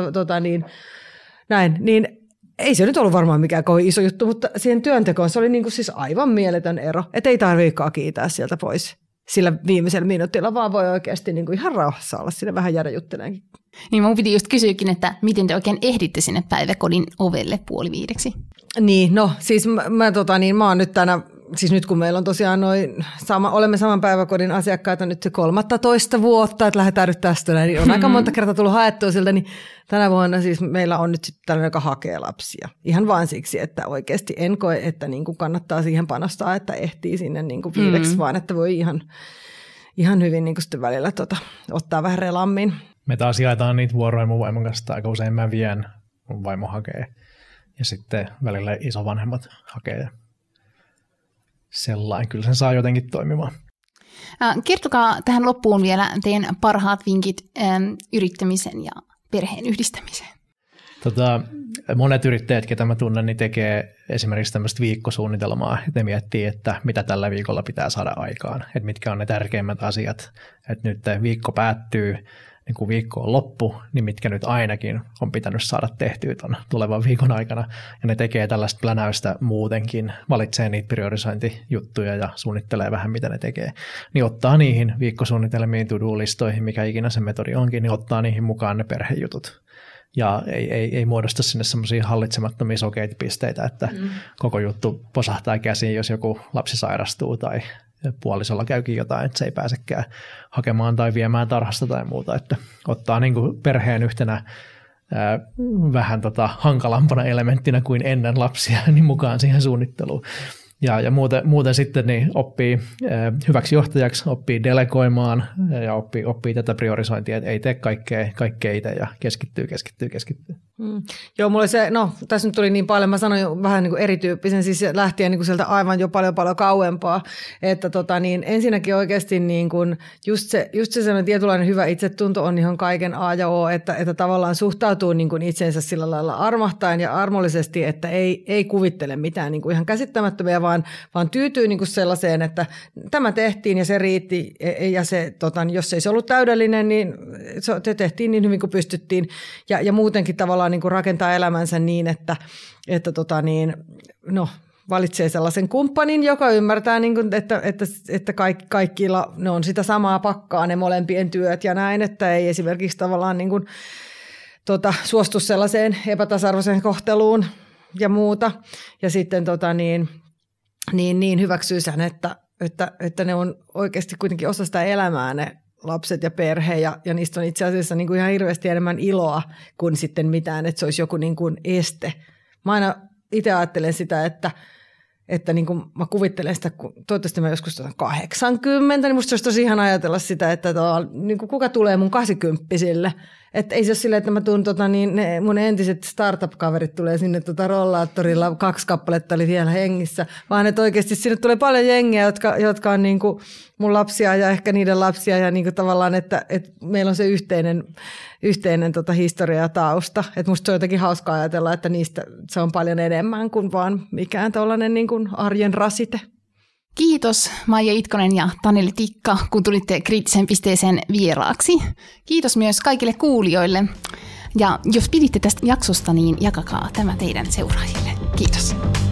näin, niin ei se nyt ollut varmaan mikään kovin iso juttu, mutta siihen työntekoon se oli niin kuin siis aivan mieletön ero, että ei tarvitsekaan kiitää sieltä pois sillä viimeisellä minuutilla, vaan voi oikeasti niin kuin ihan rauhassa olla siinä vähän jäädä jutteleenkin. Niin mun piti just kysyäkin, että miten te oikein ehditte sinne päiväkodin ovelle 4:30? Niin, no siis mä oon nyt siis nyt kun meillä on tosiaan olemme saman päiväkodin asiakkaita nyt se 13 vuotta, että lähdetään nyt tästä näin, niin on aika monta kertaa tullut haettua siltä, niin tänä vuonna siis meillä on nyt sitten tällainen, joka hakee lapsia. Ihan vaan siksi, että oikeasti en koe, että niin kuin kannattaa siihen panostaa, että ehtii sinne niin kuin viideksi, vaan että voi ihan hyvin niin kuin sitten välillä ottaa vähän relammin. Me taas jaetaan niitä vuoroja mun vaimon kanssa, aika usein mä vien, mun vaimo hakee ja sitten välillä isovanhemmat hakee. Sellainen, kyllä sen saa jotenkin toimimaan. Kertokaa tähän loppuun vielä teidän parhaat vinkit yrittämisen ja perheen yhdistämiseen. Monet yrittäjät, ketä mä tunnen, niin tekee esimerkiksi tämmöistä viikkosuunnitelmaa, että ne miettii, että mitä tällä viikolla pitää saada aikaan, että mitkä on ne tärkeimmät asiat, että nyt viikko päättyy, niin kun viikko on loppu, niin mitkä nyt ainakin on pitänyt saada tehtyä tuon tulevan viikon aikana. Ja ne tekee tällaista plänäystä muutenkin, valitsee niitä priorisointijuttuja ja suunnittelee vähän, mitä ne tekee. Niin ottaa niihin viikkosuunnitelmiin, to-do-listoihin, mikä ikinä se metodi onkin, niin ottaa niihin mukaan ne perhejutut. Ja ei muodosta sinne semmoisia hallitsemattomia sokeita pisteitä, että koko juttu posahtaa käsiin, jos joku lapsi sairastuu tai puolisolla käykin jotain, että se ei pääsekään hakemaan tai viemään tarhasta tai muuta, että ottaa niin kuin perheen yhtenä vähän hankalampana elementtinä kuin ennen lapsia niin mukaan siihen suunnitteluun. Ja muuten sitten niin oppii hyväksi johtajaksi, oppii delegoimaan ja oppii tätä priorisointia, että ei tee kaikkea itse ja keskittyy. Joo, mulle tässä nyt tuli niin paljon, mä sanoin jo vähän niin kuin erityyppisen, siis lähtien niin kuin sieltä aivan jo paljon kauempaa, että ensinnäkin oikeasti niin kuin just se sellainen tietynlainen hyvä itsetunto on ihan kaiken A ja O, että tavallaan suhtautuu niin kuin itsensä sillä lailla armahtaen ja armollisesti, että ei kuvittele mitään niin kuin ihan käsittämättömiä, vaan tyytyy niin kuin sellaiseen, että tämä tehtiin ja se riitti ja se, jos ei se ollut täydellinen, niin se tehtiin niin hyvin kuin pystyttiin ja muutenkin tavallaan niin kuin rakentaa elämänsä niin, että valitsee sellaisen kumppanin, joka ymmärtää, niin kuin, että kaikilla ne on sitä samaa pakkaa, ne molempien työt ja näin, että ei esimerkiksi tavallaan niin kuin, suostu sellaiseen epätasa-arvoiseen ja muuta. Ja sitten niin hyväksyy sen, että ne on oikeasti kuitenkin osa sitä elämää ne lapset ja perhe ja niistä on itse asiassa niin kuin ihan hirveästi enemmän iloa kuin sitten mitään, että se olisi joku niin kuin este. Mä aina itse ajattelen sitä, että niin kuin mä kuvittelen sitä, kun toivottavasti mä joskus 80, niin musta olisi tosi ihan ajatella sitä, että niin kuin kuka tulee mun 80-sille, Että ei se ole silleen, että mä tuun, ne mun entiset startup-kaverit tulee sinne rollaattorilla, 2 kappaletta oli vielä hengissä, vaan että oikeasti sinne tulee paljon jengiä, jotka on niinku mun lapsia ja ehkä niiden lapsia ja niinku tavallaan, että meillä on se yhteinen historia ja tausta. Että musta se on jotenkin hauskaa ajatella, että niistä se on paljon enemmän kuin vaan mikään tollainen niinku arjen rasite. Kiitos Maija Itkonen ja Taneli Tikka, kun tulitte Kriittiseen pisteeseen vieraaksi. Kiitos myös kaikille kuulijoille. Ja jos piditte tästä jaksosta, niin jakakaa tämä teidän seuraajille. Kiitos.